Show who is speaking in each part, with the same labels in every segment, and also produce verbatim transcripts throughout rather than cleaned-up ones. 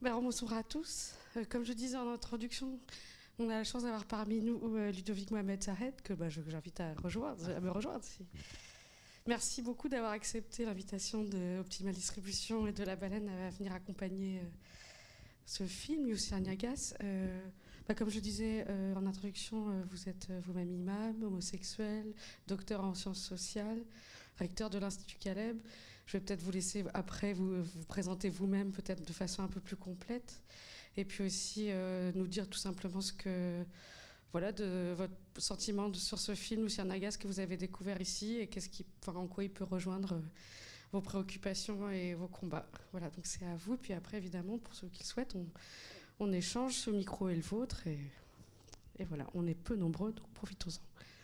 Speaker 1: Ben, bonsoir à tous. Euh, comme je disais en introduction, on a la chance d'avoir parmi nous euh, Ludovic Mohamed Sahed, que bah, je- j'invite à, rejoindre, à me rejoindre. Si. Merci beaucoup d'avoir accepté l'invitation de Optimal Distribution et de La Baleine à venir accompagner euh, ce film, Youssia Niagas. Euh, bah, comme je disais euh, en introduction, euh, vous êtes euh, vous-même imam, homosexuel, docteur en sciences sociales, recteur de l'Institut Caleb. Je vais peut-être vous laisser après vous, vous présenter vous-même, peut-être de façon un peu plus complète, et puis aussi euh, nous dire tout simplement ce que, voilà, de votre sentiment de, sur ce film, Youssia Niagas, que vous avez découvert ici, et qu'est-ce qui, enfin, en quoi il peut rejoindre euh, vos préoccupations et vos combats. Voilà, donc c'est à vous. Puis après, évidemment, pour ceux qui le souhaitent, on, on échange. Ce micro est le vôtre. Et, et voilà, on est peu nombreux, donc profitons-en.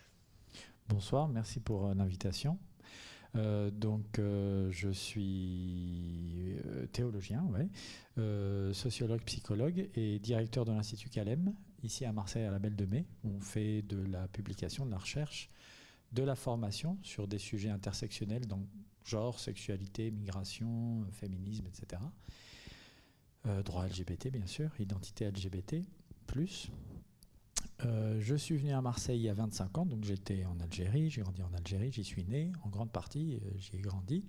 Speaker 2: Bonsoir, merci pour euh, l'invitation. Euh, donc, euh, je suis euh, théologien, ouais, euh, sociologue, psychologue et directeur de l'Institut Calem, ici à Marseille, à la Belle de Mai. On fait de la publication, de la recherche, de la formation sur des sujets intersectionnels, donc genre, sexualité, migration, féminisme, et cetera. Euh, droit L G B T, bien sûr, identité L G B T, plus. Euh, je suis venu à Marseille il y a vingt-cinq ans, donc j'étais en Algérie, j'ai grandi en Algérie, j'y suis né, en grande partie, euh, j'y ai grandi.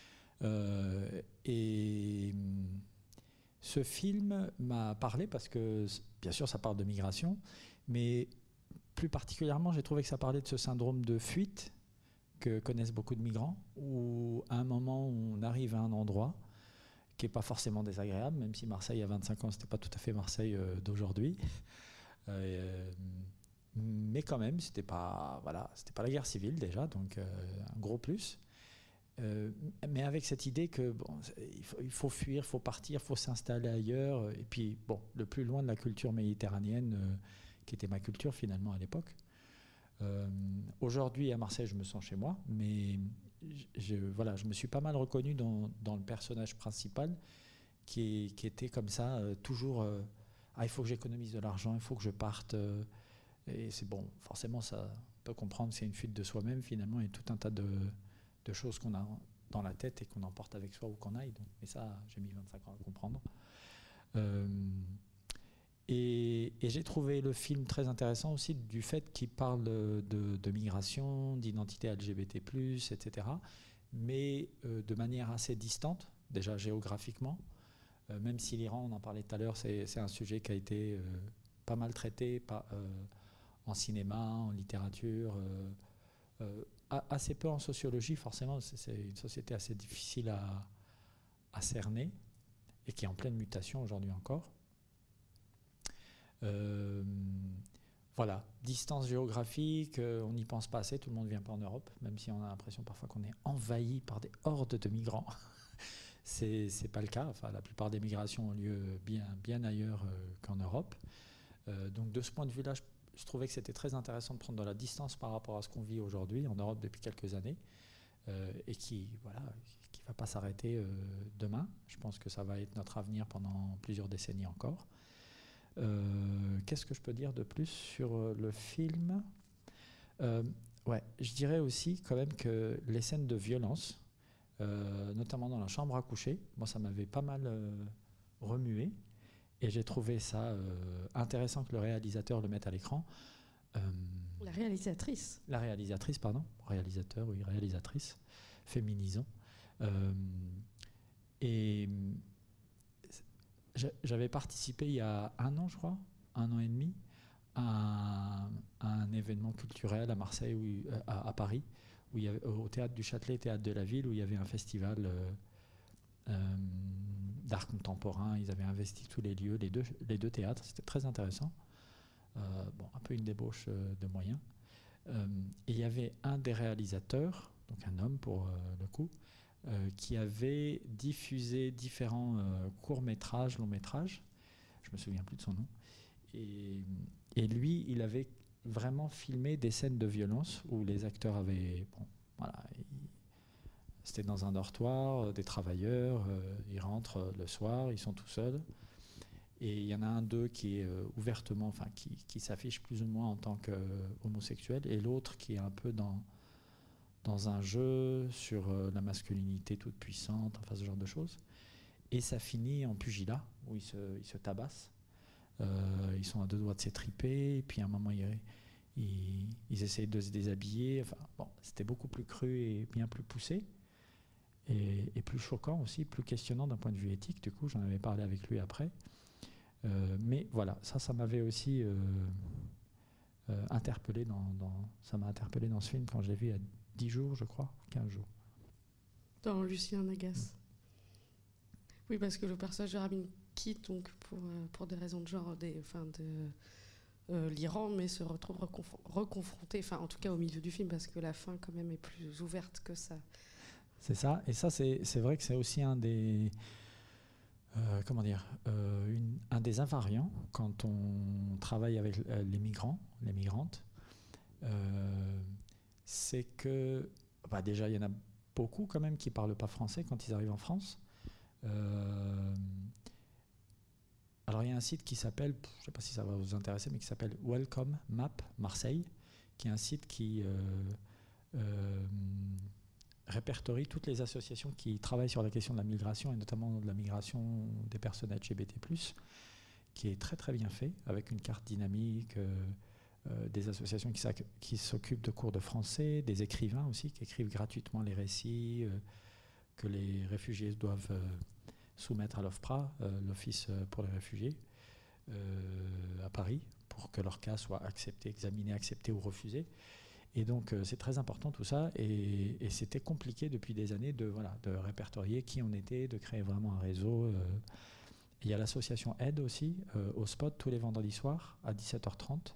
Speaker 2: Euh, et hum, ce film m'a parlé parce que, bien sûr, ça parle de migration, mais plus particulièrement, j'ai trouvé que ça parlait de ce syndrome de fuite que connaissent beaucoup de migrants, où à un moment, on arrive à un endroit qui n'est pas forcément désagréable, même si Marseille, il y a vingt-cinq ans, ce n'était pas tout à fait Marseille euh, d'aujourd'hui. Euh, mais quand même, c'était pas, voilà, c'était pas la guerre civile déjà, donc euh, un gros plus. Euh, mais avec cette idée que bon, il faut, il faut fuir, il faut partir, il faut s'installer ailleurs. Et puis, bon, le plus loin de la culture méditerranéenne, euh, qui était ma culture finalement à l'époque. Euh, Aujourd'hui, à Marseille, je me sens chez moi, mais je, voilà, je me suis pas mal reconnu dans, dans le personnage principal qui, qui était comme ça, euh, toujours. Euh, ah, il faut que j'économise de l'argent, il faut que je parte. Euh, et c'est bon, forcément, ça on peut comprendre, c'est une fuite de soi-même finalement, et tout un tas de, de choses qu'on a dans la tête et qu'on emporte avec soi où qu'on aille. Donc, et ça, j'ai mis vingt-cinq ans à comprendre. Euh, et, et j'ai trouvé le film très intéressant aussi du fait qu'il parle de, de migration, d'identité L G B T plus, et cetera. Mais euh, de manière assez distante, déjà géographiquement. Euh, même si l'Iran, on en parlait tout à l'heure, c'est, c'est un sujet qui a été euh, pas mal traité pas, euh, en cinéma, en littérature, euh, euh, assez peu en sociologie, forcément, c'est, c'est une société assez difficile à, à cerner et qui est en pleine mutation aujourd'hui encore. Euh, voilà, distance géographique, euh, on n'y pense pas assez, tout le monde ne vient pas en Europe, même si on a l'impression parfois qu'on est envahi par des hordes de migrants. C'est, c'est pas le cas. Enfin, la plupart des migrations ont lieu bien, bien ailleurs euh, qu'en Europe. Euh, donc, de ce point de vue-là, je, je trouvais que c'était très intéressant de prendre de la distance par rapport à ce qu'on vit aujourd'hui en Europe depuis quelques années euh, et qui, voilà, qui va pas s'arrêter euh, demain. Je pense que ça va être notre avenir pendant plusieurs décennies encore. Euh, qu'est-ce que je peux dire de plus sur le film ? euh, Ouais, je dirais aussi quand même que les scènes de violence. Euh, notamment dans la chambre à coucher. Moi, ça m'avait pas mal euh, remué et j'ai trouvé ça euh, intéressant que le réalisateur le mette à l'écran. Euh,
Speaker 1: La réalisatrice.
Speaker 2: La réalisatrice, pardon. Réalisateur, oui, réalisatrice. Féminisant. Euh, et j'avais participé il y a un an, je crois, un an et demi, à un, à un événement culturel à Marseille, où, à, à Paris, où il y avait, au théâtre du Châtelet, théâtre de la ville, où il y avait un festival euh, euh, d'art contemporain. Ils avaient investi tous les lieux, les deux, les deux théâtres. C'était très intéressant. Euh, bon, un peu une débauche euh, de moyens. Euh, et il y avait un des réalisateurs, donc un homme pour euh, le coup, euh, qui avait diffusé différents euh, courts-métrages, longs-métrages. Je me souviens plus de son nom. Et, et lui, il avait vraiment filmé des scènes de violence où les acteurs avaient... Bon, voilà, ils, c'était dans un dortoir, euh, des travailleurs, euh, ils rentrent euh, le soir, ils sont tout seuls. Et il y en a un d'eux qui est euh, ouvertement, enfin qui, qui s'affiche plus ou moins en tant qu'homosexuel, euh, et l'autre qui est un peu dans, dans un jeu sur euh, la masculinité toute puissante, enfin ce genre de choses. et ça finit en pugilat, où ils se, ils se tabassent. Euh, ils sont à deux doigts de s'étriper, et puis à un moment, ils, ils, ils essayent de se déshabiller. Enfin, bon, c'était beaucoup plus cru et bien plus poussé, et, et plus choquant aussi, plus questionnant d'un point de vue éthique. Du coup, j'en avais parlé avec lui après. Euh, mais voilà, ça, ça m'avait aussi euh, euh, interpellé dans, dans, ça m'a interpellé dans ce film quand je l'ai vu il y a dix jours, je crois, quinze jours.
Speaker 1: Dans Lucien Nagasse. Mmh. Oui, parce que le personnage de Rabin quitte donc pour, euh, pour des raisons de genre des, enfin de, euh, l'Iran, mais se retrouve reconf- reconfronté, enfin en tout cas au milieu du film, parce que la fin quand même est plus ouverte que ça.
Speaker 2: C'est ça, et ça c'est, c'est vrai que c'est aussi un des... Euh, comment dire, euh, une, un des invariants quand on travaille avec euh, les migrants, les migrantes, euh, c'est que bah déjà il y en a beaucoup quand même qui parlent pas français quand ils arrivent en France. Euh, alors il y a un site qui s'appelle, je ne sais pas si ça va vous intéresser, mais qui s'appelle Welcome Map Marseille, qui est un site qui euh, euh, répertorie toutes les associations qui travaillent sur la question de la migration, et notamment de la migration des personnes L G B T plus, qui est très très bien fait, avec une carte dynamique, euh, euh, des associations qui, qui s'occupent de cours de français, des écrivains aussi, qui écrivent gratuitement les récits euh, que les réfugiés doivent euh, soumettre à l'O F P R A, euh, l'Office pour les réfugiés, euh, à Paris, pour que leur cas soit accepté, examiné, accepté ou refusé. Et donc euh, c'est très important tout ça, et, et c'était compliqué depuis des années de, voilà, de répertorier qui on était, de créer vraiment un réseau. Euh. Il y a l'association Aide aussi, euh, au Spot, tous les vendredis soirs à dix-sept heures trente,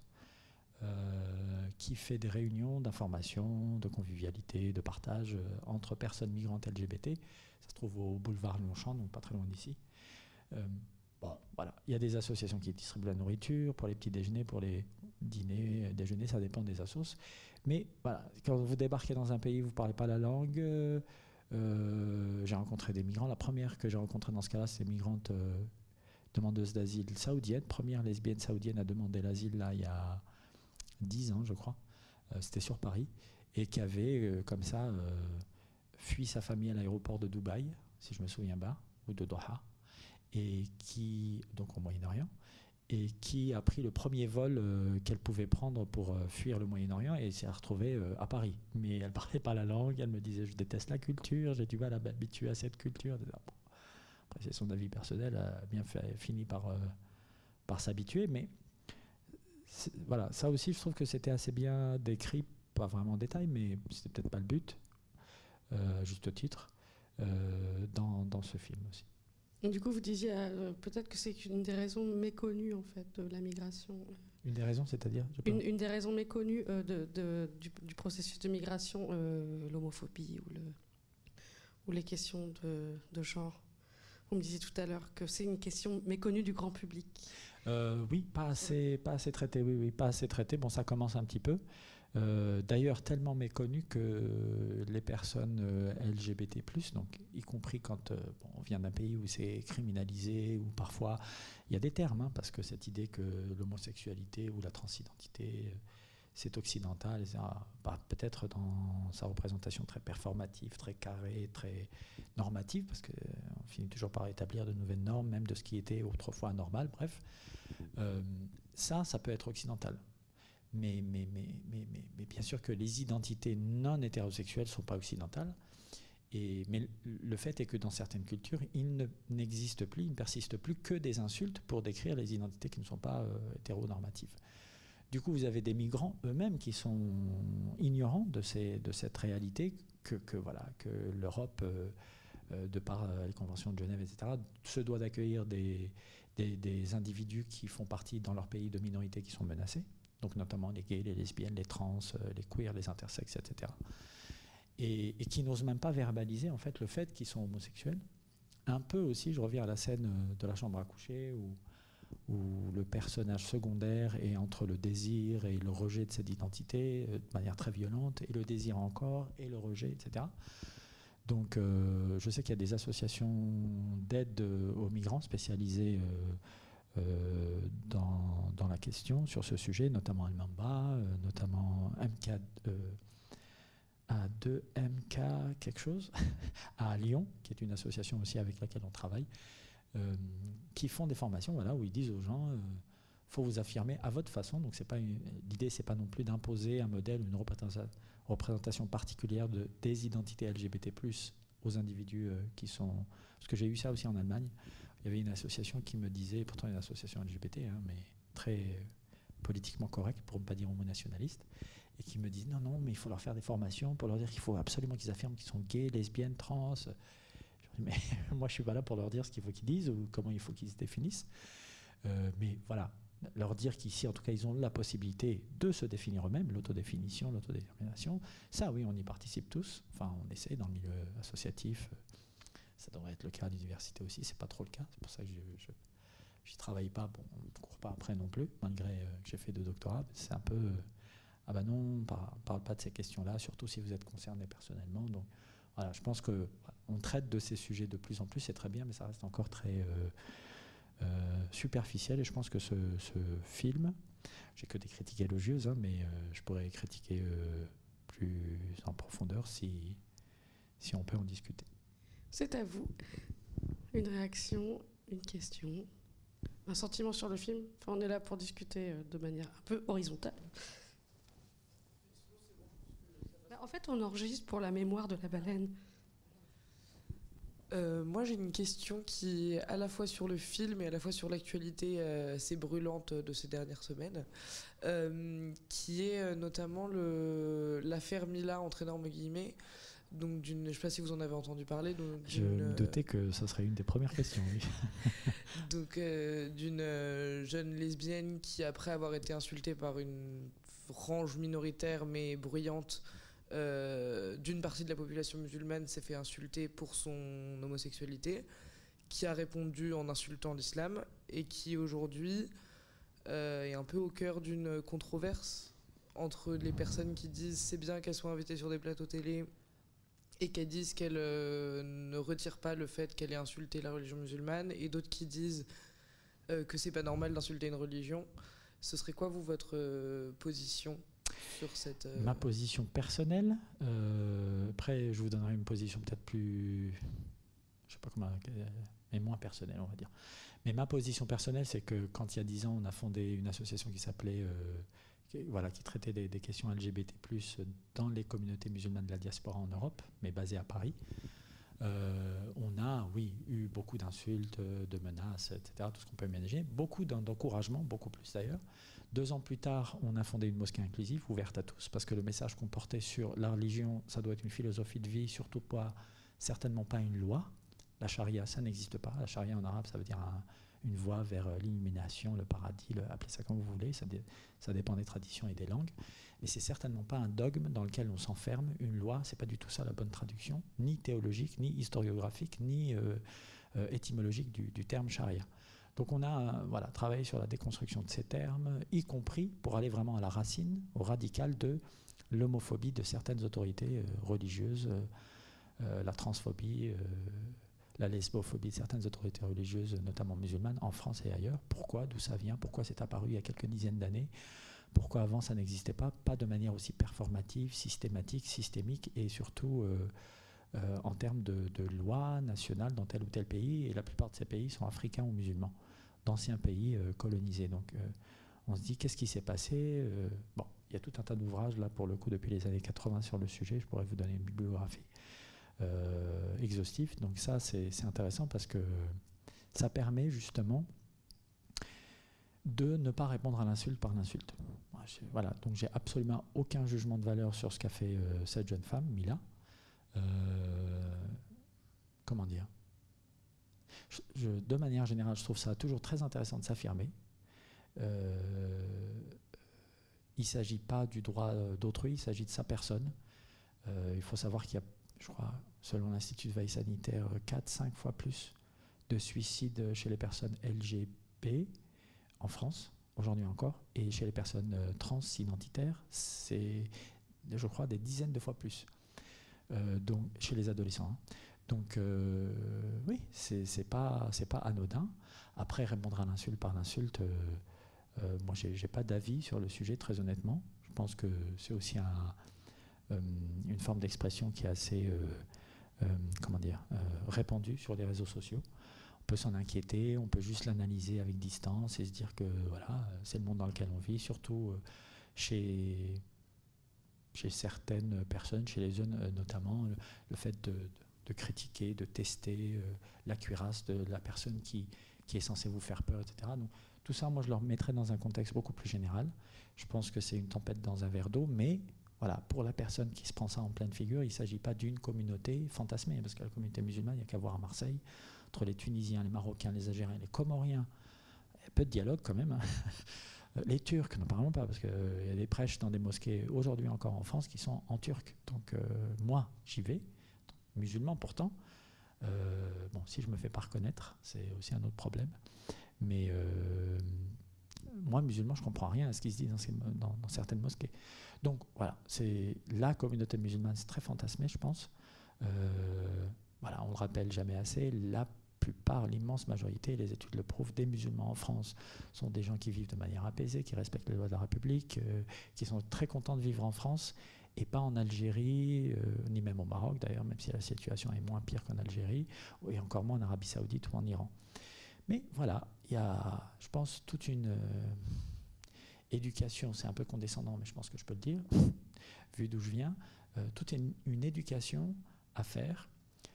Speaker 2: euh, qui fait des réunions d'information, de convivialité, de partage euh, entre personnes migrantes L G B T. Ça se trouve au boulevard Longchamp, donc pas très loin d'ici. Euh, bon, voilà. Il y a des associations qui distribuent la nourriture pour les petits déjeuners, pour les dîners, déjeuners, ça dépend des assos. Mais voilà, quand vous débarquez dans un pays, vous ne parlez pas la langue. Euh, euh, j'ai rencontré des migrants. La première que j'ai rencontrée dans ce cas-là, c'est une migrante euh, demandeuse d'asile saoudienne, première lesbienne saoudienne à demander l'asile là, il y a dix ans, je crois. Euh, c'était sur Paris. Et qui avait, euh, comme ça, euh, fui sa famille à l'aéroport de Dubaï, si je me souviens bien, ou de Doha, et qui, donc au Moyen-Orient, et qui a pris le premier vol euh, qu'elle pouvait prendre pour euh, fuir le Moyen-Orient, et s'est retrouvée euh, à Paris. Mais elle ne parlait pas la langue, elle me disait « je déteste la culture, j'ai du mal à m'habituer à cette culture ». Après, c'est son avis personnel, elle a bien fait, fini par, euh, par s'habituer, mais voilà, ça aussi je trouve que c'était assez bien décrit, pas vraiment en détail, mais c'était peut-être pas le but, euh, juste titre, euh, dans, dans ce film aussi.
Speaker 1: Du coup, vous disiez euh, peut-être que c'est une des raisons méconnues en fait de la migration.
Speaker 2: Une des raisons, c'est-à-dire
Speaker 1: une, une des raisons méconnues euh, de, de, du, du processus de migration, euh, l'homophobie ou, le, ou les questions de, de genre. Vous me disiez tout à l'heure que c'est une question méconnue du grand public.
Speaker 2: Euh, oui, pas assez, pas assez traité. Oui, oui, pas assez traité. Bon, ça commence un petit peu. Euh, d'ailleurs, tellement méconnu que les personnes euh, L G B T plus, donc y compris quand euh, bon, on vient d'un pays où c'est criminalisé, ou parfois il y a des termes, hein, parce que cette idée que l'homosexualité ou la transidentité euh, c'est occidental, et ça, bah, peut-être dans sa représentation très performative, très carrée, très normative, parce qu'on euh, finit toujours par établir de nouvelles normes, même de ce qui était autrefois anormal, bref. Euh, ça, ça peut être occidental. Mais, mais, mais, mais, mais, mais bien sûr que les identités non hétérosexuelles ne sont pas occidentales. Et, mais le fait est que dans certaines cultures, il ne, n'existe plus, il ne persiste plus que des insultes pour décrire les identités qui ne sont pas euh, hétéronormatives. Du coup, vous avez des migrants eux-mêmes qui sont ignorants de, ces, de cette réalité que, que, voilà, que l'Europe, euh, euh, de par euh, les conventions de Genève, et cetera, se doit d'accueillir des, des, des individus qui font partie dans leur pays de minorités qui sont menacées, donc notamment les gays, les lesbiennes, les trans, euh, les queers, les intersexes, et cetera. Et, et qui n'osent même pas verbaliser en fait, le fait qu'ils sont homosexuels. Un peu aussi, je reviens à la scène de la chambre à coucher, où où le personnage secondaire est entre le désir et le rejet de cette identité euh, de manière très violente, et le désir encore, et le rejet, et cetera. Donc euh, je sais qu'il y a des associations d'aide aux migrants spécialisées euh, euh, dans, dans la question sur ce sujet, notamment Al-Mamba, euh, notamment M K, euh, à deux M K quelque chose, à Lyon, qui est une association aussi avec laquelle on travaille, euh, qui font des formations voilà, où ils disent aux gens, il euh, faut vous affirmer à votre façon. Donc c'est pas une, l'idée, c'est pas non plus d'imposer un modèle, une représentation particulière de, des identités L G B T plus, aux individus euh, qui sont... Parce que j'ai eu ça aussi en Allemagne. Il y avait une association qui me disait, pourtant une association L G B T, hein, mais très euh, politiquement correcte, pour ne pas dire homonationaliste, et qui me disent non, non, mais il faut leur faire des formations pour leur dire qu'il faut absolument qu'ils affirment qu'ils sont gays, lesbiennes, trans. Je dis, mais moi, je ne suis pas là pour leur dire ce qu'il faut qu'ils disent ou comment il faut qu'ils se définissent. Euh, mais voilà, leur dire qu'ici, en tout cas, ils ont la possibilité de se définir eux-mêmes, l'autodéfinition, l'autodétermination. Ça, oui, on y participe tous. Enfin, on essaie dans le milieu associatif. Ça devrait être le cas à l'université aussi. C'est pas trop le cas. C'est pour ça que je n'y travaille pas. Bon, on ne court pas après non plus, malgré euh, que j'ai fait deux doctorats. C'est un peu... Euh, ah ben non, on ne parle, parle pas de ces questions-là, surtout si vous êtes concerné personnellement. Donc voilà, je pense qu'on voilà, traite de ces sujets de plus en plus, c'est très bien, mais ça reste encore très euh, euh, superficiel. Et je pense que ce, ce film, j'ai que des critiques élogieuses, hein, mais euh, je pourrais critiquer euh, plus en profondeur si, si on peut en discuter.
Speaker 1: C'est à vous. Une réaction, une question, un sentiment sur le film. Enfin, on est là pour discuter de manière un peu horizontale. En fait, on enregistre pour la mémoire de la baleine.
Speaker 3: Euh, moi, j'ai une question qui est à la fois sur le film et à la fois sur l'actualité euh, assez brûlante de ces dernières semaines, euh, qui est notamment le, l'affaire Mila, entre énormes guillemets. Donc, d'une, je ne sais pas si vous en avez entendu parler. Donc,
Speaker 2: je me doutais que ça serait une des premières questions, oui.
Speaker 3: donc, euh, d'une euh, jeune lesbienne qui, après avoir été insultée par une frange minoritaire mais bruyante, Euh, d'une partie de la population musulmane, s'est fait insulter pour son homosexualité, qui a répondu en insultant l'islam et qui aujourd'hui euh, est un peu au cœur d'une controverse entre les personnes qui disent c'est bien qu'elle soit invitée sur des plateaux télé et qu'elles disent qu'elle euh, ne retire pas le fait qu'elle ait insulté la religion musulmane, et d'autres qui disent euh, que c'est pas normal d'insulter une religion. Ce serait quoi, vous, votre euh, position sur cette, euh...
Speaker 2: Ma position personnelle, euh, après je vous donnerai une position peut-être plus, je sais pas comment, mais moins personnelle on va dire. Mais ma position personnelle, c'est que quand il y a dix ans, on a fondé une association qui s'appelait, euh, qui, voilà, qui traitait des, des questions L G B T plus, dans les communautés musulmanes de la diaspora en Europe, mais basée à Paris. Euh, on a, oui, eu beaucoup d'insultes, de menaces, et cetera, tout ce qu'on peut imaginer, beaucoup d'encouragement, beaucoup plus d'ailleurs. Deux ans plus tard, on a fondé une mosquée inclusive, ouverte à tous, parce que le message qu'on portait sur la religion, ça doit être une philosophie de vie, surtout pas, certainement pas une loi. La charia, ça n'existe pas. La charia en arabe, ça veut dire un, une voie vers l'illumination, le paradis, le, appelez ça comme vous voulez, ça, dé, ça dépend des traditions et des langues. Mais c'est certainement pas un dogme dans lequel on s'enferme. Une loi, c'est pas du tout ça la bonne traduction, ni théologique, ni historiographique, ni euh, euh, étymologique du, du terme charia. Donc on a euh, voilà, travaillé sur la déconstruction de ces termes, y compris pour aller vraiment à la racine, au radical de l'homophobie de certaines autorités euh, religieuses, euh, euh, la transphobie, euh, la lesbophobie de certaines autorités religieuses, notamment musulmanes, en France et ailleurs. Pourquoi ? D'où ça vient ? Pourquoi c'est apparu il y a quelques dizaines d'années ? Pourquoi avant ça n'existait pas ? Pas de manière aussi performative, systématique, systémique, et surtout euh, euh, en termes de, de loi nationale dans tel ou tel pays. Et la plupart de ces pays sont africains ou musulmans, d'anciens pays euh, colonisés. Donc euh, on se dit, qu'est-ce qui s'est passé ? euh, Bon, il y a tout un tas d'ouvrages, là, pour le coup, depuis les années quatre-vingts sur le sujet. Je pourrais vous donner une bibliographie euh, exhaustive. Donc ça, c'est, c'est intéressant parce que ça permet justement de ne pas répondre à l'insulte par l'insulte. Voilà, donc j'ai absolument aucun jugement de valeur sur ce qu'a fait euh, cette jeune femme, Mila. Euh, comment dire je, je, de manière générale, je trouve ça toujours très intéressant de s'affirmer. Euh, il ne s'agit pas du droit d'autrui, il s'agit de sa personne. Euh, il faut savoir qu'il y a, je crois, selon l'Institut de veille sanitaire, quatre à cinq fois plus de suicides chez les personnes L G B en France, aujourd'hui encore, et chez les personnes euh, trans-identitaires, c'est, je crois, des dizaines de fois plus, euh, donc, chez les adolescents. Hein. Donc, euh, oui, c'est, c'est pas, c'est pas anodin. Après, répondre à l'insulte par l'insulte, euh, euh, moi, j'ai, j'ai pas d'avis sur le sujet, très honnêtement. Je pense que c'est aussi un, euh, une forme d'expression qui est assez euh, euh, comment dire, euh, répandue sur les réseaux sociaux. On peut s'en inquiéter, on peut juste l'analyser avec distance et se dire que voilà, c'est le monde dans lequel on vit, surtout euh, chez, chez certaines personnes, chez les jeunes euh, notamment, le, le fait de, de, de critiquer, de tester euh, la cuirasse de la personne qui, qui est censée vous faire peur, et cetera. Donc, tout ça, moi, je le remettrais dans un contexte beaucoup plus général. Je pense que c'est une tempête dans un verre d'eau, mais voilà, pour la personne qui se prend ça en pleine figure, il ne s'agit pas d'une communauté fantasmée, parce que la communauté musulmane, il n'y a qu'à voir à Marseille, entre les Tunisiens, les Marocains, les Algériens, les Comoriens, il y a peu de dialogue quand même. Hein. Les Turcs, n'en parlons pas, parce qu'il euh, y a des prêches dans des mosquées aujourd'hui encore en France qui sont en turc. Donc euh, moi, j'y vais, musulman pourtant. Euh, bon, si je ne me fais pas reconnaître, c'est aussi un autre problème. Mais euh, moi, musulman, je ne comprends rien à ce qui se dit dans, ces, dans, dans certaines mosquées. Donc voilà, c'est la communauté musulmane, c'est très fantasmé, je pense. Euh, voilà, on ne le rappelle jamais assez, la plupart, l'immense majorité, les études le prouvent, des musulmans en France sont des gens qui vivent de manière apaisée, qui respectent les lois de la République, euh, qui sont très contents de vivre en France et pas en Algérie, euh, ni même au Maroc d'ailleurs, même si la situation est moins pire qu'en Algérie, et encore moins en Arabie Saoudite ou en Iran. Mais voilà, il y a, je pense, toute une euh, éducation, c'est un peu condescendant, mais je pense que je peux le dire, vu d'où je viens, euh, toute une, une éducation à faire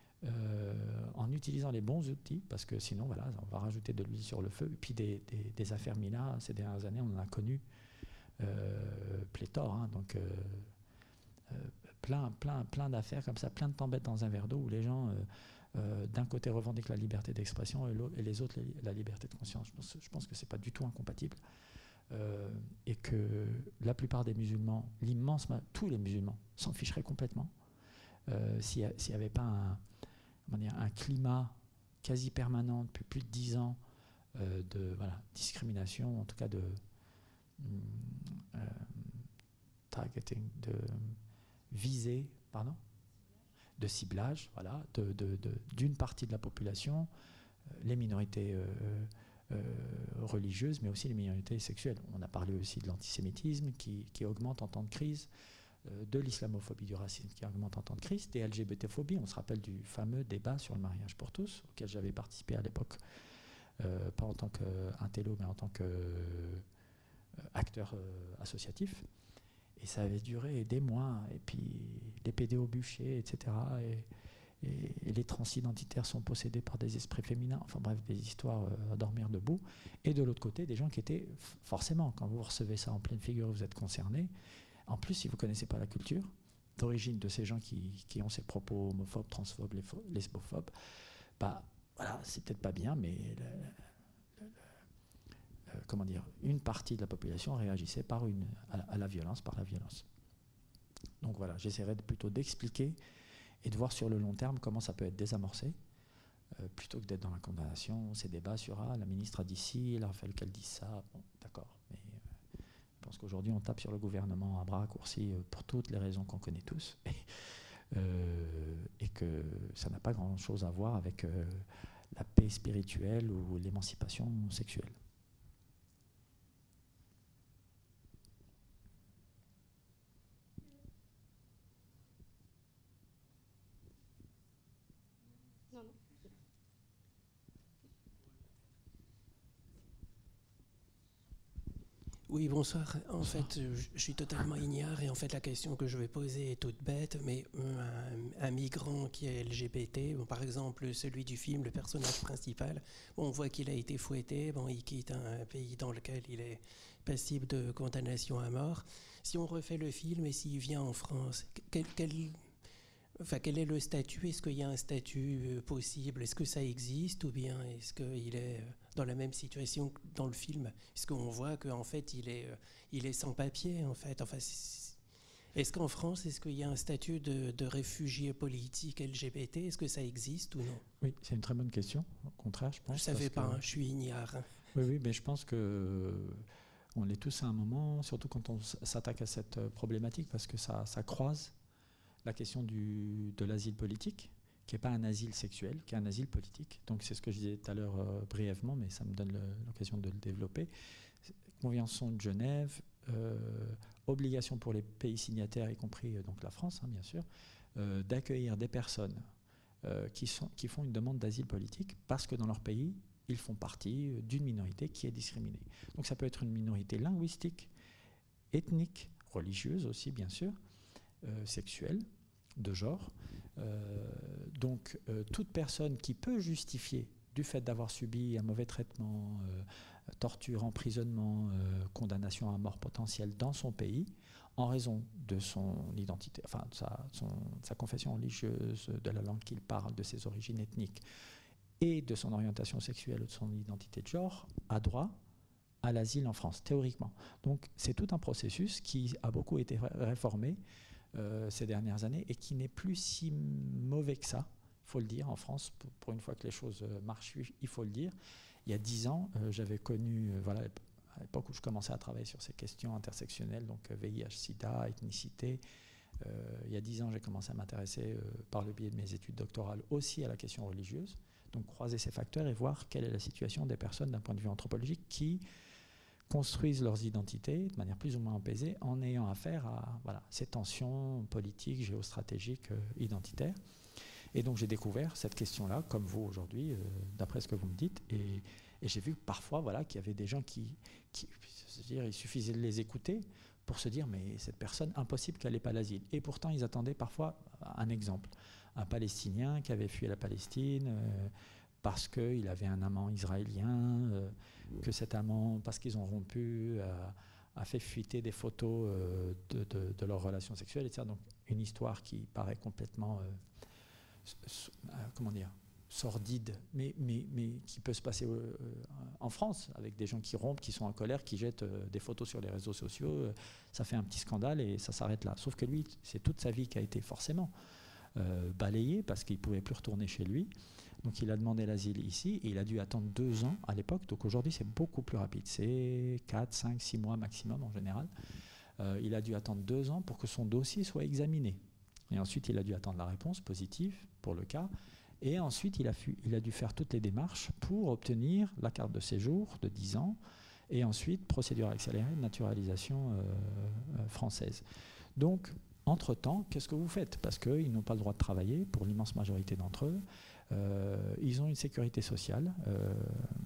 Speaker 2: euh, en utilisant les bons outils, parce que sinon, voilà, on va rajouter de l'huile sur le feu. Et puis des, des, des affaires Mila, ces dernières années, on en a connu euh, pléthore, hein, donc euh, euh, plein, plein, plein d'affaires comme ça, plein de tempêtes dans un verre d'eau où les gens... Euh, Euh, d'un côté revendiquent la liberté d'expression et, et les autres la liberté de conscience. Je pense, je pense que ce n'est pas du tout incompatible euh, et que la plupart des musulmans, l'immense, tous les musulmans s'en ficheraient complètement euh, s'il n'y avait pas un, comment dire, un climat quasi permanent depuis plus de dix ans euh, de voilà, discrimination, en tout cas de euh, targeting, de visée, pardon de ciblage, voilà, de, de, de, d'une partie de la population, euh, les minorités euh, euh, religieuses, mais aussi les minorités sexuelles. On a parlé aussi de l'antisémitisme qui, qui augmente en temps de crise, euh, de l'islamophobie, du racisme qui augmente en temps de crise, des L G B T-phobies. On se rappelle du fameux débat sur le mariage pour tous, auquel j'avais participé à l'époque, euh, pas en tant qu'intello, mais en tant qu'acteur euh, euh, associatif. Et ça avait duré des mois, et puis les pédés au bûcher, et cetera. Et, et, et les transidentitaires sont possédés par des esprits féminins, enfin bref, des histoires euh, à dormir debout. Et de l'autre côté, des gens qui étaient, forcément, quand vous recevez ça en pleine figure, vous êtes concernés. En plus, si vous ne connaissez pas la culture d'origine de ces gens qui, qui ont ces propos homophobes, transphobes, lesbophobes, bah voilà, c'est peut-être pas bien, mais... Le, comment dire, une partie de la population réagissait par une, à, la, à la violence, par la violence. Donc voilà, j'essaierai de, plutôt d'expliquer et de voir sur le long terme comment ça peut être désamorcé, euh, plutôt que d'être dans la condamnation, ces débats sur ah, la ministre a dit ci, il a fallu qu'elle dise ça, bon, d'accord, mais euh, je pense qu'aujourd'hui on tape sur le gouvernement à bras raccourcis euh, pour toutes les raisons qu'on connaît tous, et, euh, et que ça n'a pas grand-chose à voir avec euh, la paix spirituelle ou l'émancipation sexuelle.
Speaker 4: Oui, bonsoir. En fait, je suis totalement ignare et en fait, la question que je vais poser est toute bête, mais un, un migrant qui est L G B T, bon, par exemple, celui du film, le personnage principal, bon, on voit qu'il a été fouetté, bon, il quitte un pays dans lequel il est passible de condamnation à mort. Si on refait le film et s'il vient en France, quel, quel, enfin, quel est le statut? Est-ce qu'il y a un statut possible? Est-ce que ça existe ou bien est-ce qu'il est dans la même situation que dans le film? Est-ce qu'on voit qu'en fait, il est, il est sans papier, en fait? Enfin, est-ce qu'en France, est-ce qu'il y a un statut de, de réfugié politique L G B T? Est-ce que ça existe ou non?
Speaker 2: Oui, c'est une très bonne question. Au contraire, je pense.
Speaker 4: Je ne savais pas,
Speaker 2: que...
Speaker 4: hein, je suis ignare.
Speaker 2: Oui, oui, mais je pense que on l'est tous à un moment, surtout quand on s'attaque à cette problématique, parce que ça, ça croise la question du, de l'asile politique, qui n'est pas un asile sexuel, qui est un asile politique. Donc c'est ce que je disais tout à l'heure euh, brièvement, mais ça me donne le, l'occasion de le développer. Convention de Genève, euh, obligation pour les pays signataires, y compris euh, donc la France, hein, bien sûr, euh, d'accueillir des personnes euh, qui, sont, qui font une demande d'asile politique parce que dans leur pays, ils font partie d'une minorité qui est discriminée. Donc ça peut être une minorité linguistique, ethnique, religieuse aussi, bien sûr, euh, sexuelle, de genre. Euh, donc euh, toute personne qui peut justifier du fait d'avoir subi un mauvais traitement, euh, torture, emprisonnement, euh, condamnation à mort potentielle dans son pays, en raison de son identité, enfin de sa, son, sa confession religieuse, de la langue qu'il parle, de ses origines ethniques et de son orientation sexuelle ou de son identité de genre, a droit à l'asile en France, théoriquement. Donc c'est tout un processus qui a beaucoup été réformé euh, ces dernières années et qui n'est plus si mauvais que ça, il faut le dire, en France, pour, pour une fois que les choses marchent, il faut le dire. Il y a dix ans, euh, j'avais connu, euh, voilà, à l'époque où je commençais à travailler sur ces questions intersectionnelles, donc V I H, SIDA, ethnicité, euh, il y a dix ans, j'ai commencé à m'intéresser euh, par le biais de mes études doctorales aussi à la question religieuse, donc croiser ces facteurs et voir quelle est la situation des personnes d'un point de vue anthropologique qui construisent leurs identités de manière plus ou moins apaisée en ayant affaire à voilà, ces tensions politiques, géostratégiques, euh, identitaires. Et donc j'ai découvert cette question-là, comme vous aujourd'hui, euh, d'après ce que vous me dites, et, et j'ai vu parfois voilà, qu'il y avait des gens qui, qui c'est-à-dire, il suffisait de les écouter pour se dire mais cette personne, impossible qu'elle n'ait pas l'asile. Et pourtant ils attendaient parfois un exemple, un Palestinien qui avait fui la Palestine euh, parce qu'il avait un amant israélien, euh, que cet amant, parce qu'ils ont rompu, a, a fait fuiter des photos euh, de, de, de leurs relations sexuelles, et cetera. Donc une histoire qui paraît complètement... Euh, comment dire, sordide, mais, mais, mais qui peut se passer euh, en France, avec des gens qui rompent, qui sont en colère, qui jettent euh, des photos sur les réseaux sociaux. Euh, ça fait un petit scandale et ça s'arrête là. Sauf que lui, c'est toute sa vie qui a été forcément euh, balayée parce qu'il ne pouvait plus retourner chez lui. Donc il a demandé l'asile ici et il a dû attendre deux ans à l'époque. Donc aujourd'hui, c'est beaucoup plus rapide. C'est quatre, cinq, six mois maximum en général. Euh, il a dû attendre deux ans pour que son dossier soit examiné. Et ensuite, il a dû attendre la réponse positive pour le cas. Et ensuite, il a, fu, il a dû faire toutes les démarches pour obtenir la carte de séjour de dix ans. Et ensuite, procédure accélérée de naturalisation euh, euh, française. Donc, entre-temps, qu'est-ce que vous faites? Parce qu'ils n'ont pas le droit de travailler, pour l'immense majorité d'entre eux. Euh, ils ont une sécurité sociale, euh,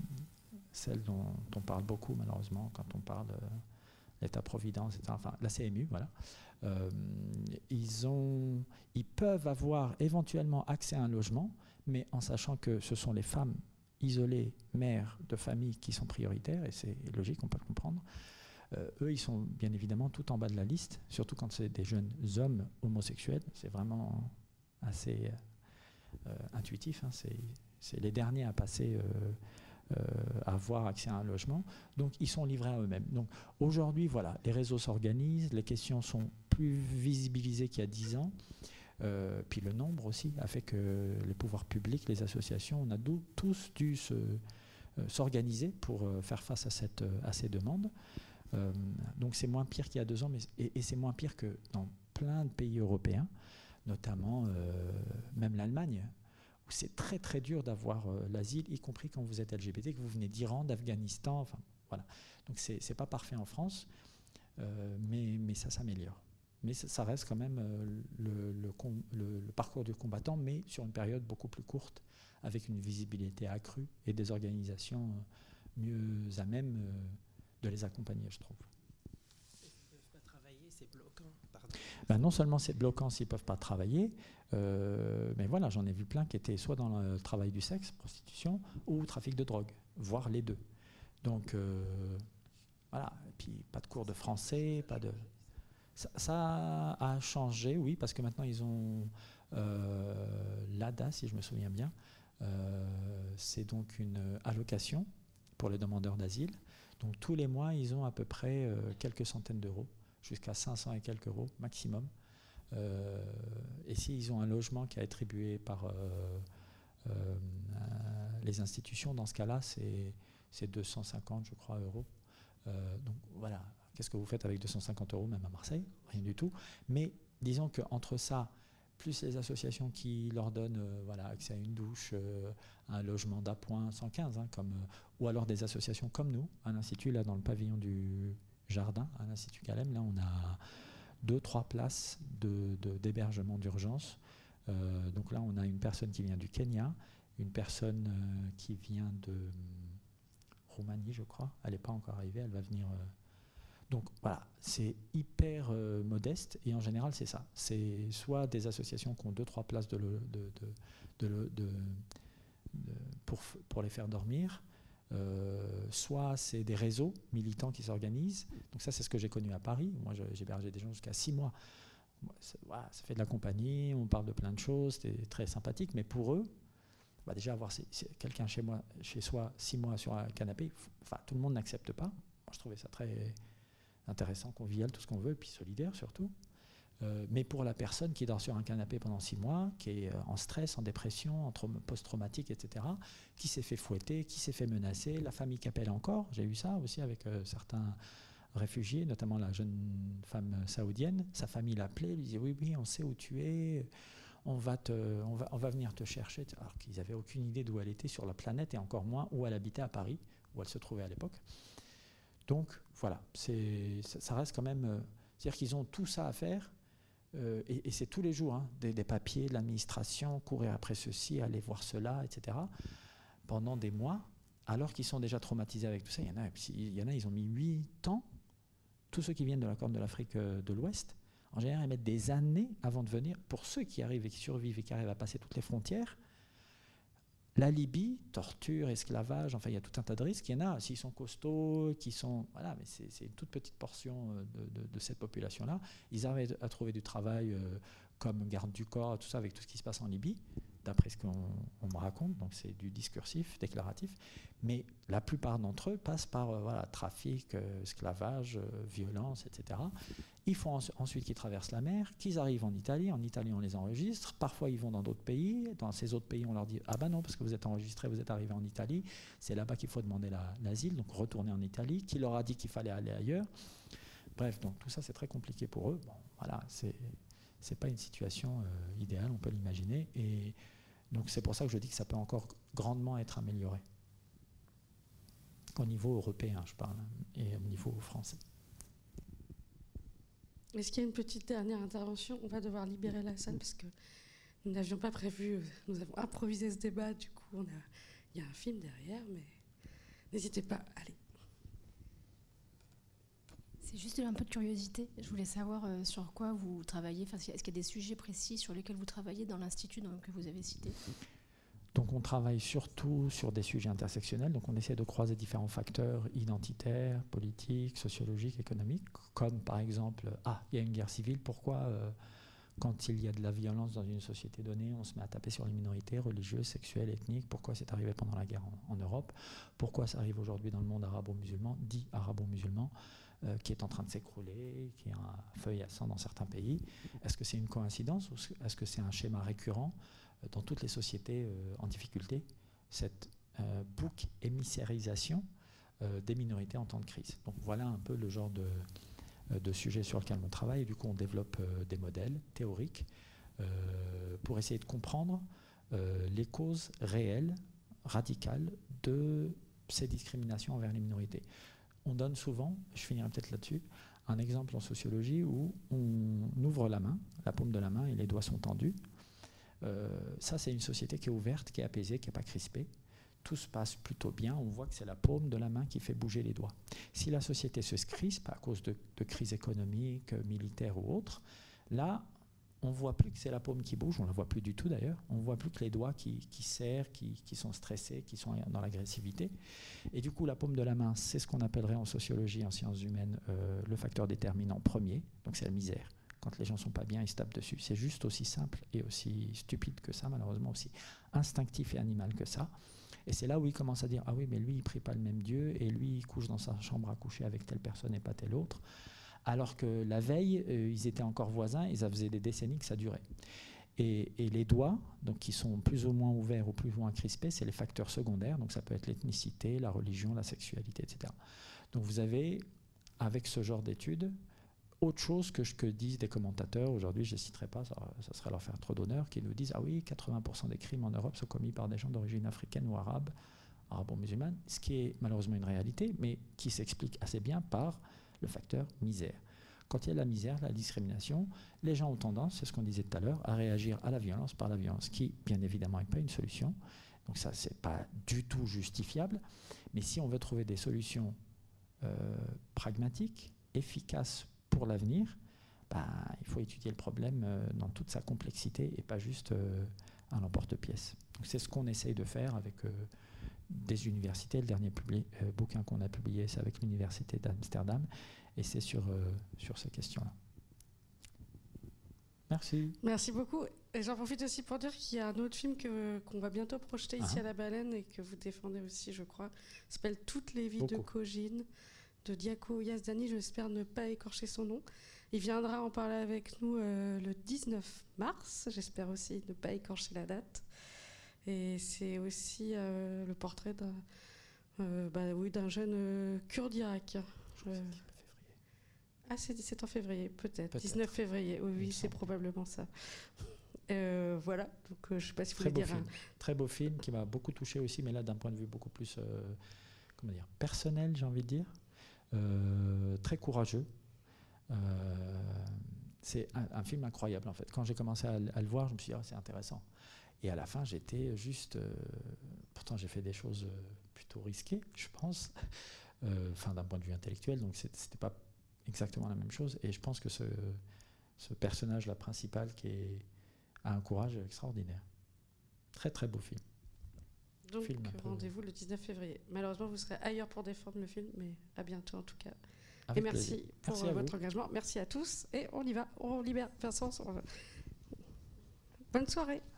Speaker 2: celle dont on parle beaucoup, malheureusement, quand on parle de l'État-providence, et cetera. Enfin, la C M U, voilà. Euh, ils, ont, ils peuvent avoir éventuellement accès à un logement, mais en sachant que ce sont les femmes isolées, mères de famille qui sont prioritaires, et c'est logique, on peut le comprendre. Euh, eux, ils sont bien évidemment tout en bas de la liste, surtout quand c'est des jeunes hommes homosexuels. C'est vraiment assez euh, intuitif, hein. c'est, c'est les derniers à passer... Euh, Euh, à avoir accès à un logement. Donc, ils sont livrés à eux-mêmes. Donc, aujourd'hui, voilà, les réseaux s'organisent, les questions sont plus visibilisées qu'il y a dix ans. Euh, puis le nombre aussi a fait que les pouvoirs publics, les associations, on a dou- tous dû se, euh, s'organiser pour euh, faire face à, cette, à ces demandes. Euh, donc, c'est moins pire qu'il y a deux ans, mais, et, et c'est moins pire que dans plein de pays européens, notamment euh, même l'Allemagne, où c'est très très dur d'avoir euh, l'asile, y compris quand vous êtes L G B T, que vous venez d'Iran, d'Afghanistan, enfin voilà. Donc c'est, c'est pas parfait en France, euh, mais, mais ça s'améliore. Mais ça, ça reste quand même euh, le, le, com- le, le parcours du combattant, mais sur une période beaucoup plus courte, avec une visibilité accrue et des organisations euh, mieux à même euh, de les accompagner, je trouve.
Speaker 4: C'est bloquant, pardon.
Speaker 2: Ben non seulement c'est bloquant s'ils ne peuvent pas travailler, euh, mais voilà, j'en ai vu plein qui étaient soit dans le travail du sexe, prostitution, ou trafic de drogue, voire les deux. Donc euh, voilà, et puis pas de cours de français, pas de... Ça, ça a changé, oui, parce que maintenant ils ont euh, l'A D A, si je me souviens bien. Euh, c'est donc une allocation pour les demandeurs d'asile. Donc tous les mois, ils ont à peu près euh, quelques centaines d'euros, jusqu'à cinq cents et quelques euros maximum. Euh, et s'ils ont un logement qui est attribué par euh, euh, les institutions, dans ce cas-là, c'est, c'est deux cent cinquante, je crois, euros. Euh, donc voilà, qu'est-ce que vous faites avec deux cent cinquante euros, même à Marseille? Rien du tout. Mais disons qu'entre ça, plus les associations qui leur donnent euh, voilà, accès à une douche, euh, un logement d'appoint cent quinze, hein, comme, euh, ou alors des associations comme nous, à l'Institut, là, dans le pavillon du jardin à l'Institut Calem. Là, on a deux, trois places de, de, d'hébergement d'urgence. Euh, donc là, on a une personne qui vient du Kenya, une personne euh, qui vient de euh, Roumanie, je crois. Elle n'est pas encore arrivée, elle va venir. Euh. Donc voilà, c'est hyper euh, modeste et en général, c'est ça. C'est soit des associations qui ont deux, trois places de le, de, de, de, de, de, de, pour, pour les faire dormir. Euh, soit c'est des réseaux militants qui s'organisent. Donc ça, c'est ce que j'ai connu à Paris. Moi, j'ai hébergé des gens jusqu'à six mois. Ça, voilà, ça fait de la compagnie, on parle de plein de choses, c'est très sympathique. Mais pour eux, bah déjà avoir quelqu'un chez moi, chez soi, six mois sur un canapé, enfin, tout le monde n'accepte pas. Moi, je trouvais ça très intéressant, convivial, tout ce qu'on veut, et puis solidaire surtout. Euh, mais pour la personne qui dort sur un canapé pendant six mois, qui est en stress, en dépression, en post-traumatique, et cetera, qui s'est fait fouetter, qui s'est fait menacer, la famille qui appelle encore, j'ai eu ça aussi avec euh, certains réfugiés, notamment la jeune femme saoudienne, sa famille l'appelait, lui disait oui, oui, on sait où tu es, on va, te, on va, on va venir te chercher, alors qu'ils n'avaient aucune idée d'où elle était sur la planète et encore moins où elle habitait à Paris, où elle se trouvait à l'époque. Donc voilà, c'est, ça, ça reste quand même, euh, c'est-à-dire qu'ils ont tout ça à faire. Euh, et, et c'est tous les jours, hein, des, des papiers de l'administration, courir après ceci, aller voir cela, et cetera, pendant des mois, alors qu'ils sont déjà traumatisés avec tout ça. Il y en a, il y en a ils ont mis huit ans. Tous ceux qui viennent de la Corne de l'Afrique euh, de l'Ouest, en général, ils mettent des années avant de venir. Pour ceux qui arrivent et qui survivent et qui arrivent à passer toutes les frontières, la Libye, torture, esclavage, enfin il y a tout un tas de risques. Il y en a, s'ils sont costauds, qui sont, voilà, mais c'est, c'est une toute petite portion de, de, de cette population-là. Ils arrivent à trouver du travail euh, comme garde du corps, tout ça, avec tout ce qui se passe en Libye, d'après ce qu'on on me raconte. Donc c'est du discursif, déclaratif. Mais la plupart d'entre eux passent par euh, voilà, trafic, euh, esclavage, euh, violence, et cetera. Il faut en, ensuite qu'ils traversent la mer, qu'ils arrivent en Italie. En Italie, on les enregistre. Parfois, ils vont dans d'autres pays. Dans ces autres pays, on leur dit « Ah ben non, parce que vous êtes enregistré, vous êtes arrivé en Italie. C'est là-bas qu'il faut demander la, l'asile. » Donc, retourner en Italie. Qui leur a dit qu'il fallait aller ailleurs? Bref, donc tout ça, c'est très compliqué pour eux. Bon, voilà, c'est, c'est pas une situation euh, idéale, on peut l'imaginer. Et donc, c'est pour ça que je dis que ça peut encore grandement être amélioré. Au niveau européen, je parle, et au niveau français.
Speaker 1: Est-ce qu'il y a une petite dernière intervention? On va devoir libérer la salle parce que nous n'avions pas prévu, nous avons improvisé ce débat, du coup on a, il y a un film derrière, mais n'hésitez pas, allez.
Speaker 5: C'est juste un peu de curiosité, je voulais savoir euh, sur quoi vous travaillez, enfin, est-ce qu'il y a des sujets précis sur lesquels vous travaillez dans l'institut dans, que vous avez cité?
Speaker 2: Donc on travaille surtout sur des sujets intersectionnels, donc on essaie de croiser différents facteurs identitaires, politiques, sociologiques, économiques, comme par exemple, ah, il y a une guerre civile, pourquoi euh, quand il y a de la violence dans une société donnée, on se met à taper sur les minorités religieuses, sexuelles, ethniques, pourquoi c'est arrivé pendant la guerre en, en Europe, pourquoi ça arrive aujourd'hui dans le monde arabo-musulman, dit arabo-musulman, euh, qui est en train de s'écrouler, qui est un feuille à sang dans certains pays. Est-ce que c'est une coïncidence ou est-ce que c'est un schéma récurrent dans toutes les sociétés euh, en difficulté, cette euh, bouc émissarisation euh, des minorités en temps de crise. Donc voilà un peu le genre de, euh, de sujet sur lequel on travaille. Et du coup, on développe euh, des modèles théoriques euh, pour essayer de comprendre euh, les causes réelles, radicales de ces discriminations envers les minorités. On donne souvent, je finirai peut-être là-dessus, un exemple en sociologie où on ouvre la main, la paume de la main et les doigts sont tendus. Euh, ça, c'est une société qui est ouverte, qui est apaisée, qui n'est pas crispée. Tout se passe plutôt bien. On voit que c'est la paume de la main qui fait bouger les doigts. Si la société se crispe à cause de, de crises économiques, militaires ou autres, là, on ne voit plus que c'est la paume qui bouge. On ne la voit plus du tout d'ailleurs. On ne voit plus que les doigts qui, qui serrent, qui, qui sont stressés, qui sont dans l'agressivité. Et du coup, la paume de la main, c'est ce qu'on appellerait en sociologie, en sciences humaines, euh, le facteur déterminant premier. Donc c'est la misère. Quand les gens ne sont pas bien, ils se tapent dessus. C'est juste aussi simple et aussi stupide que ça, malheureusement aussi instinctif et animal que ça. Et c'est là où ils commencent à dire « Ah oui, mais lui, il ne prie pas le même Dieu, et lui, il couche dans sa chambre à coucher avec telle personne et pas telle autre. » Alors que la veille, euh, ils étaient encore voisins, et ça faisait des décennies que ça durait. Et, et les doigts, donc, qui sont plus ou moins ouverts ou plus ou moins crispés, c'est les facteurs secondaires. Donc ça peut être l'ethnicité, la religion, la sexualité, et cetera. Donc vous avez, avec ce genre d'études, autre chose que ce que disent des commentateurs, aujourd'hui je ne citerai pas, ça, ça serait leur faire trop d'honneur, qui nous disent « Ah oui, quatre-vingts pour cent des crimes en Europe sont commis par des gens d'origine africaine ou arabe, arabo-musulmane », ce qui est malheureusement une réalité, mais qui s'explique assez bien par le facteur misère. Quand il y a la misère, la discrimination, les gens ont tendance, c'est ce qu'on disait tout à l'heure, à réagir à la violence par la violence, qui, bien évidemment, n'est pas une solution. Donc ça, c'est pas du tout justifiable. Mais si on veut trouver des solutions euh, pragmatiques, efficaces pour l'avenir, ben, il faut étudier le problème euh, dans toute sa complexité et pas juste euh, à l'emporte-pièce. Donc c'est ce qu'on essaye de faire avec euh, des universités. Le dernier publi- euh, bouquin qu'on a publié, c'est avec l'université d'Amsterdam, et c'est sur, euh, sur ces questions-là. Merci.
Speaker 1: Merci beaucoup. Et j'en profite aussi pour dire qu'il y a un autre film que, qu'on va bientôt projeter ici
Speaker 2: Ah.
Speaker 1: à La Baleine et que vous défendez aussi, je crois. Ça s'appelle Toutes les vies
Speaker 2: Beaucoup.
Speaker 1: de Kojin, de Diaco Yazdani. J'espère ne pas écorcher son nom. Il viendra en parler avec nous euh, le dix-neuf mars. J'espère aussi ne pas écorcher la date. Et c'est aussi euh, le portrait d'un, euh, bah, oui, d'un jeune euh, kurde d'Irak. Euh, Ah, c'est, c'est en février, peut-être.
Speaker 2: Peut-être.
Speaker 1: dix-neuf février, oui,
Speaker 2: Il
Speaker 1: oui
Speaker 2: me
Speaker 1: c'est
Speaker 2: semble.
Speaker 1: probablement ça. Euh, voilà, donc euh, je ne sais pas si vous
Speaker 2: Très
Speaker 1: voulez
Speaker 2: beau
Speaker 1: dire
Speaker 2: film. Très beau film qui m'a beaucoup touché aussi, mais là d'un point de vue beaucoup plus euh, comment dire, personnel, j'ai envie de dire. Euh, très courageux. Euh, c'est un, un film incroyable en fait. Quand j'ai commencé à, à le voir, je me suis dit, oh, c'est intéressant. Et à la fin, j'étais juste... euh, pourtant, j'ai fait des choses euh, plutôt risquées, je pense, euh, enfin, d'un point de vue intellectuel, donc c'est, c'était pas exactement la même chose. Et je pense que ce, ce personnage-là principal qui est, a un courage extraordinaire. Très, très beau film.
Speaker 1: Donc
Speaker 2: film un peu-
Speaker 1: rendez-vous le dix-neuf février. Malheureusement, vous serez ailleurs pour défendre le film, mais à bientôt en tout cas.
Speaker 2: Avec
Speaker 1: et merci
Speaker 2: plaisir.
Speaker 1: pour
Speaker 2: Merci
Speaker 1: euh,
Speaker 2: à vous.
Speaker 1: votre engagement. Merci à tous. Et on y va, on libère Vincent. on va- Bonne soirée.